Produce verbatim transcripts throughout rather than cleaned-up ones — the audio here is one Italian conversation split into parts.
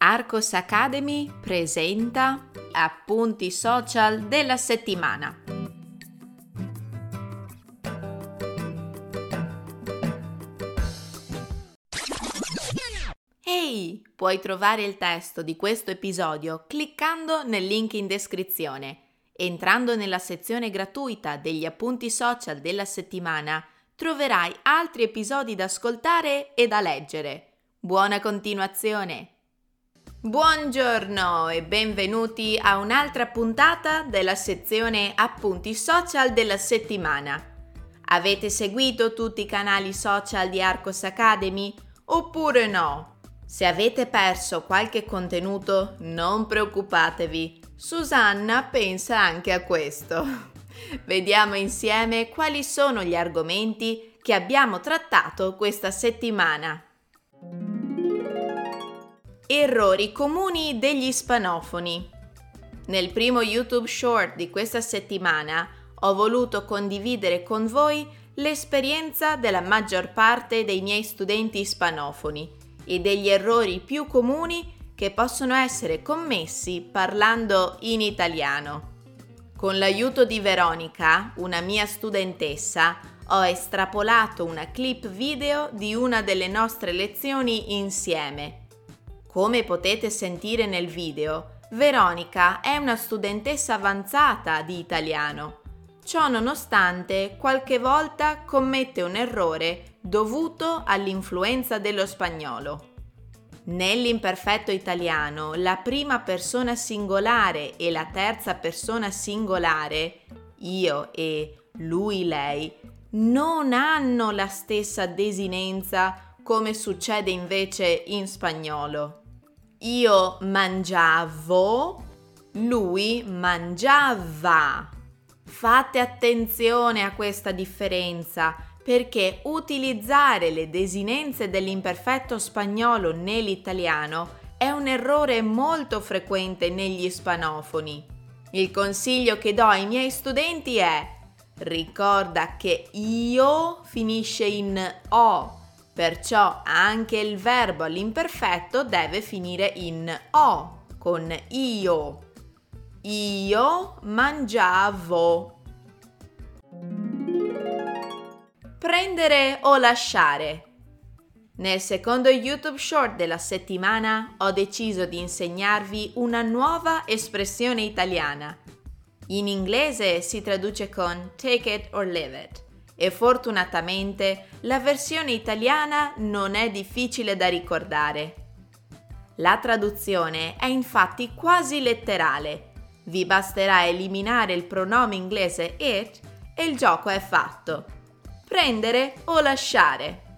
Arcos Academy presenta Appunti social della settimana. Ehi, puoi trovare il testo di questo episodio cliccando nel link in descrizione. Entrando nella sezione gratuita degli appunti social della settimana, troverai altri episodi da ascoltare e da leggere. Buona continuazione! Buongiorno e benvenuti a un'altra puntata della sezione appunti social della settimana. Avete seguito tutti i canali social di Arcos Academy oppure no? Se avete perso qualche contenuto, non preoccupatevi, Susanna pensa anche a questo. Vediamo insieme quali sono gli argomenti che abbiamo trattato questa settimana. Errori comuni degli ispanofoni. Nel primo YouTube Short di questa settimana ho voluto condividere con voi l'esperienza della maggior parte dei miei studenti ispanofoni e degli errori più comuni che possono essere commessi parlando in italiano. Con l'aiuto di Veronica, una mia studentessa, ho estrapolato una clip video di una delle nostre lezioni insieme. Come potete sentire nel video, Veronica è una studentessa avanzata di italiano. Ciò nonostante, qualche volta commette un errore dovuto all'influenza dello spagnolo. Nell'imperfetto italiano, la prima persona singolare e la terza persona singolare, io e lui, lei, non hanno la stessa desinenza come succede invece in spagnolo. Io mangiavo, lui mangiava. Fate attenzione a questa differenza perché utilizzare le desinenze dell'imperfetto spagnolo nell'italiano è un errore molto frequente negli ispanofoni. Il consiglio che do ai miei studenti è: ricorda che io finisce in o. Perciò anche il verbo all'imperfetto deve finire in o, con io. Io mangiavo. Prendere o lasciare. Nel secondo YouTube Short della settimana ho deciso di insegnarvi una nuova espressione italiana. In inglese si traduce con take it or leave it. E fortunatamente la versione italiana non è difficile da ricordare. La traduzione è infatti quasi letterale. Vi basterà eliminare il pronome inglese it e il gioco è fatto. Prendere o lasciare.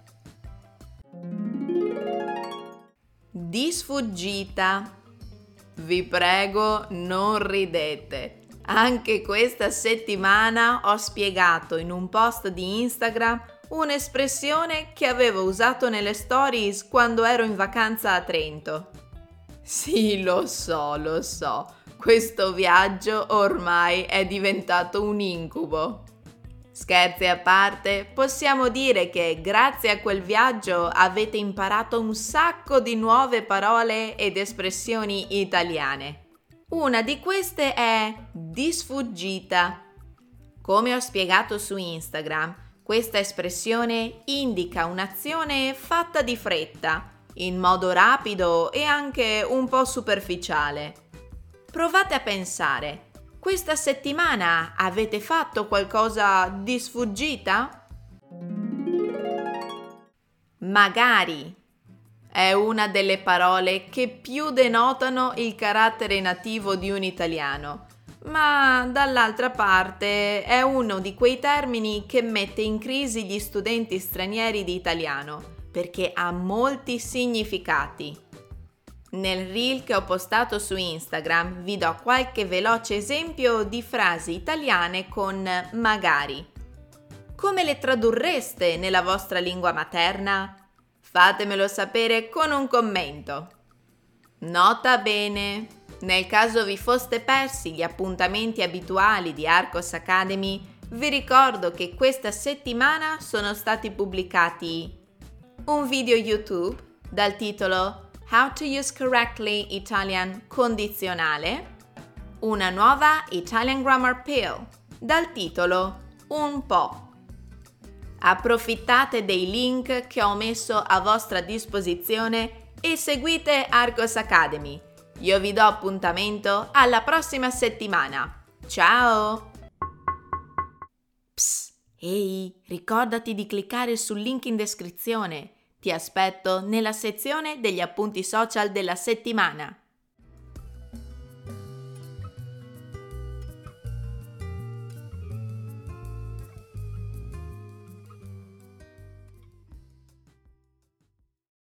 Di sfuggita. Vi prego, non ridete. Anche questa settimana ho spiegato in un post di Instagram un'espressione che avevo usato nelle stories quando ero in vacanza a Trento. Sì, lo so, lo so, questo viaggio ormai è diventato un incubo. Scherzi a parte, possiamo dire che grazie a quel viaggio avete imparato un sacco di nuove parole ed espressioni italiane. Una di queste è di sfuggita. Come ho spiegato su Instagram, questa espressione indica un'azione fatta di fretta, in modo rapido e anche un po' superficiale. Provate a pensare, questa settimana avete fatto qualcosa di sfuggita? Magari. È una delle parole che più denotano il carattere nativo di un italiano, ma dall'altra parte è uno di quei termini che mette in crisi gli studenti stranieri di italiano, perché ha molti significati. Nel reel che ho postato su Instagram vi do qualche veloce esempio di frasi italiane con magari. Come le tradurreste nella vostra lingua materna? Fatemelo sapere con un commento. Nota bene, nel caso vi foste persi gli appuntamenti abituali di Arcos Academy, vi ricordo che questa settimana sono stati pubblicati un video YouTube dal titolo How to use correctly Italian condizionale, una nuova Italian Grammar Pill dal titolo Un po'. Approfittate dei link che ho messo a vostra disposizione e seguite Argos Academy. Io vi do appuntamento alla prossima settimana. Ciao! Psst, ehi, ricordati di cliccare sul link in descrizione. Ti aspetto nella sezione degli appunti social della settimana.